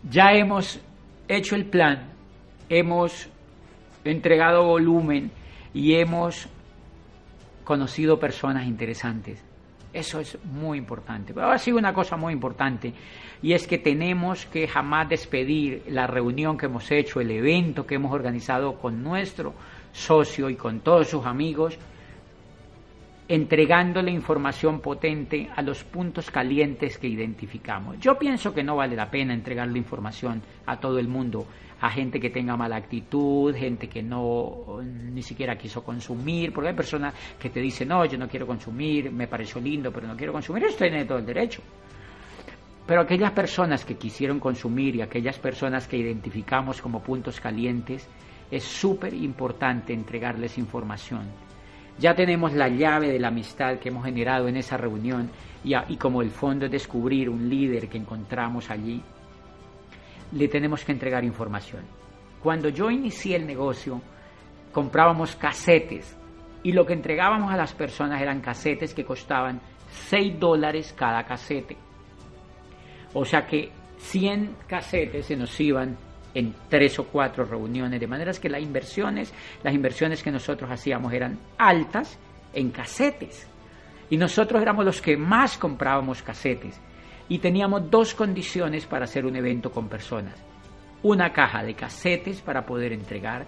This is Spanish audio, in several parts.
Ya hemos hecho el plan, hemos entregado volumen y hemos conocido personas interesantes. Eso es muy importante. Pero ahora sí una cosa muy importante, y es que tenemos que jamás despedir la reunión que hemos hecho, el evento que hemos organizado con nuestro socio y con todos sus amigos, entregándole información potente a los puntos calientes que identificamos. Yo pienso que no vale la pena entregarle información a todo el mundo, a gente que tenga mala actitud, gente que no ni siquiera quiso consumir, porque hay personas que te dicen, no, yo no quiero consumir, me pareció lindo, pero no quiero consumir. Eso tiene todo el derecho. Pero aquellas personas que quisieron consumir y aquellas personas que identificamos como puntos calientes, es súper importante entregarles información. Ya tenemos la llave de la amistad que hemos generado en esa reunión y como el fondo es descubrir un líder que encontramos allí, le tenemos que entregar información. Cuando yo inicié el negocio, comprábamos casetes y lo que entregábamos a las personas eran casetes que costaban $6 cada casete. O sea que 100 casetes se nos iban en 3 o 4 reuniones, de manera que las inversiones que nosotros hacíamos eran altas en casetes. Y nosotros éramos los que más comprábamos casetes. Y teníamos 2 condiciones para hacer un evento con personas. Una caja de casetes para poder entregar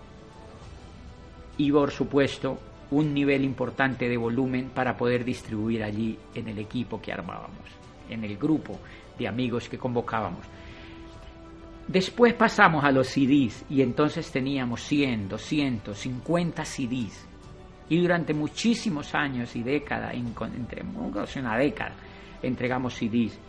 y, por supuesto, un nivel importante de volumen para poder distribuir allí en el equipo que armábamos, en el grupo de amigos que convocábamos. Después pasamos a los CDs y entonces teníamos 100, 200, 50 CDs. Y durante muchísimos años y décadas, entre una década, entregamos CDs.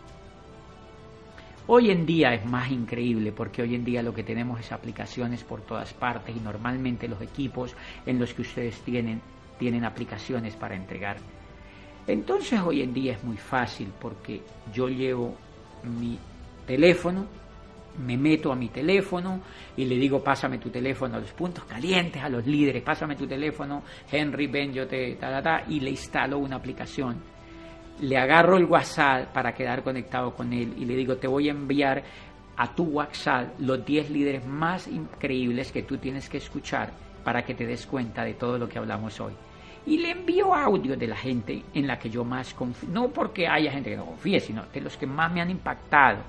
Hoy en día es más increíble porque hoy en día lo que tenemos es aplicaciones por todas partes y normalmente los equipos en los que ustedes tienen aplicaciones para entregar. Entonces hoy en día es muy fácil porque yo llevo mi teléfono, me meto a mi teléfono y le digo, pásame tu teléfono a los puntos calientes, a los líderes, pásame tu teléfono, Henry, Ben, y le instalo una aplicación. Le agarro el WhatsApp para quedar conectado con él y le digo, te voy a enviar a tu WhatsApp los 10 líderes más increíbles que tú tienes que escuchar para que te des cuenta de todo lo que hablamos hoy. Y le envío audio de la gente en la que yo más confío, no porque haya gente que no confíe, sino de los que más me han impactado,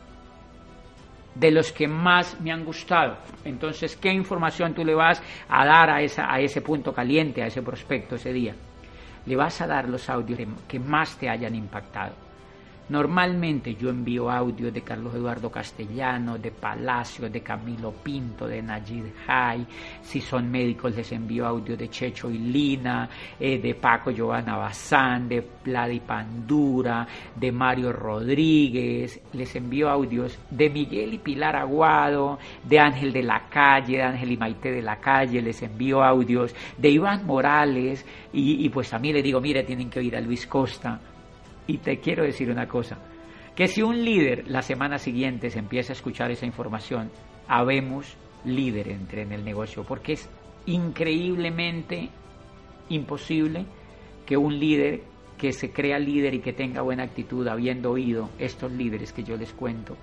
de los que más me han gustado. Entonces, ¿qué información tú le vas a dar a ese punto caliente, a ese prospecto ese día? Le vas a dar los audios que más te hayan impactado. Normalmente yo envío audios de Carlos Eduardo Castellano, de Palacio, de Camilo Pinto, de Najid Hay. Si son médicos les envío audios de Checho y Lina, de Paco Giovanna Bazán, de Vladi Pandura, de Mario Rodríguez. Les envío audios de Miguel y Pilar Aguado, de Ángel de la Calle, de Ángel y Maite de la Calle. Les envío audios de Iván Morales y pues a mí le digo, mire, tienen que oír a Luis Costa. Y te quiero decir una cosa, que si un líder la semana siguiente se empieza a escuchar esa información, habemos líder en el negocio, porque es increíblemente imposible que un líder que se crea líder y que tenga buena actitud, habiendo oído estos líderes que yo les cuento,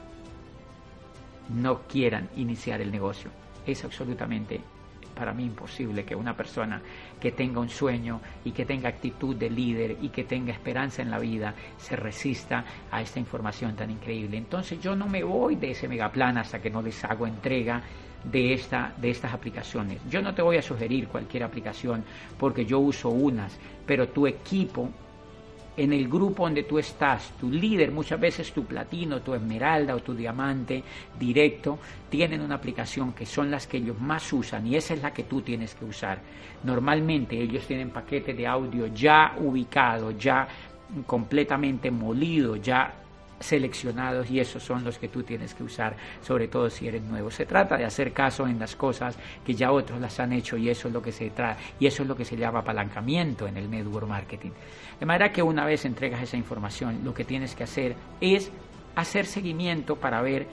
no quieran iniciar el negocio. Es absolutamente para mí imposible que una persona que tenga un sueño y que tenga actitud de líder y que tenga esperanza en la vida se resista a esta información tan increíble. Entonces yo no me voy de ese megaplan hasta que no les hago entrega de estas aplicaciones. Yo no te voy a sugerir cualquier aplicación porque yo uso unas, pero tu equipo, en el grupo donde tú estás, tu líder, muchas veces tu platino, tu esmeralda o tu diamante directo, tienen una aplicación que son las que ellos más usan y esa es la que tú tienes que usar. Normalmente ellos tienen paquetes de audio ya ubicados, ya completamente molidos, ya seleccionados y esos son los que tú tienes que usar, sobre todo si eres nuevo. Se trata de hacer caso en las cosas que ya otros las han hecho y eso es lo que se trata y eso es lo que se llama apalancamiento en el network marketing. De manera que una vez entregas esa información, lo que tienes que hacer es hacer seguimiento para ver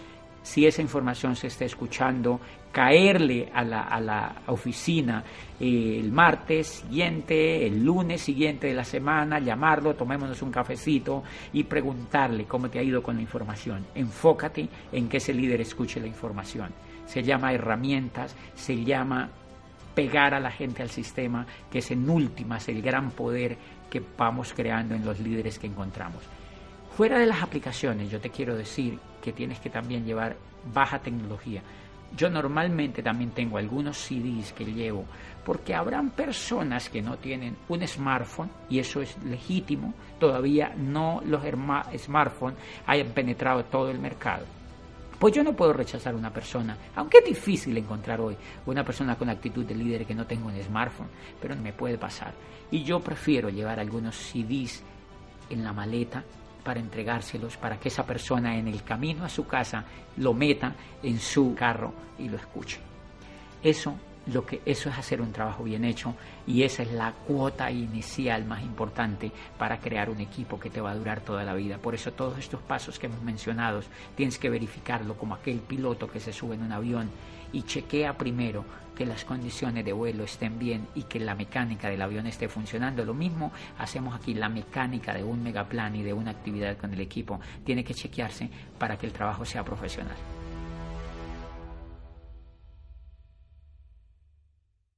si esa información se está escuchando, caerle a la oficina el martes siguiente, el lunes siguiente de la semana, llamarlo, tomémonos un cafecito y preguntarle cómo te ha ido con la información. Enfócate en que ese líder escuche la información. Se llama herramientas, se llama pegar a la gente al sistema, que es en últimas el gran poder que vamos creando en los líderes que encontramos. Fuera de las aplicaciones, yo te quiero decir que tienes que también llevar baja tecnología. Yo normalmente también tengo algunos CDs que llevo, porque habrán personas que no tienen un smartphone, y eso es legítimo. Todavía no los smartphones hayan penetrado todo el mercado. Pues yo no puedo rechazar a una persona, aunque es difícil encontrar hoy una persona con actitud de líder que no tenga un smartphone, pero me puede pasar. Y yo prefiero llevar algunos CDs en la maleta para entregárselos, para que esa persona en el camino a su casa lo meta en su carro y lo escuche. Eso es hacer un trabajo bien hecho, y esa es la cuota inicial más importante para crear un equipo que te va a durar toda la vida. Por eso todos estos pasos que hemos mencionado tienes que verificarlo, como aquel piloto que se sube en un avión y chequea primero que las condiciones de vuelo estén bien y que la mecánica del avión esté funcionando. Lo mismo hacemos aquí, la mecánica de un megaplan y de una actividad con el equipo tiene que chequearse para que el trabajo sea profesional.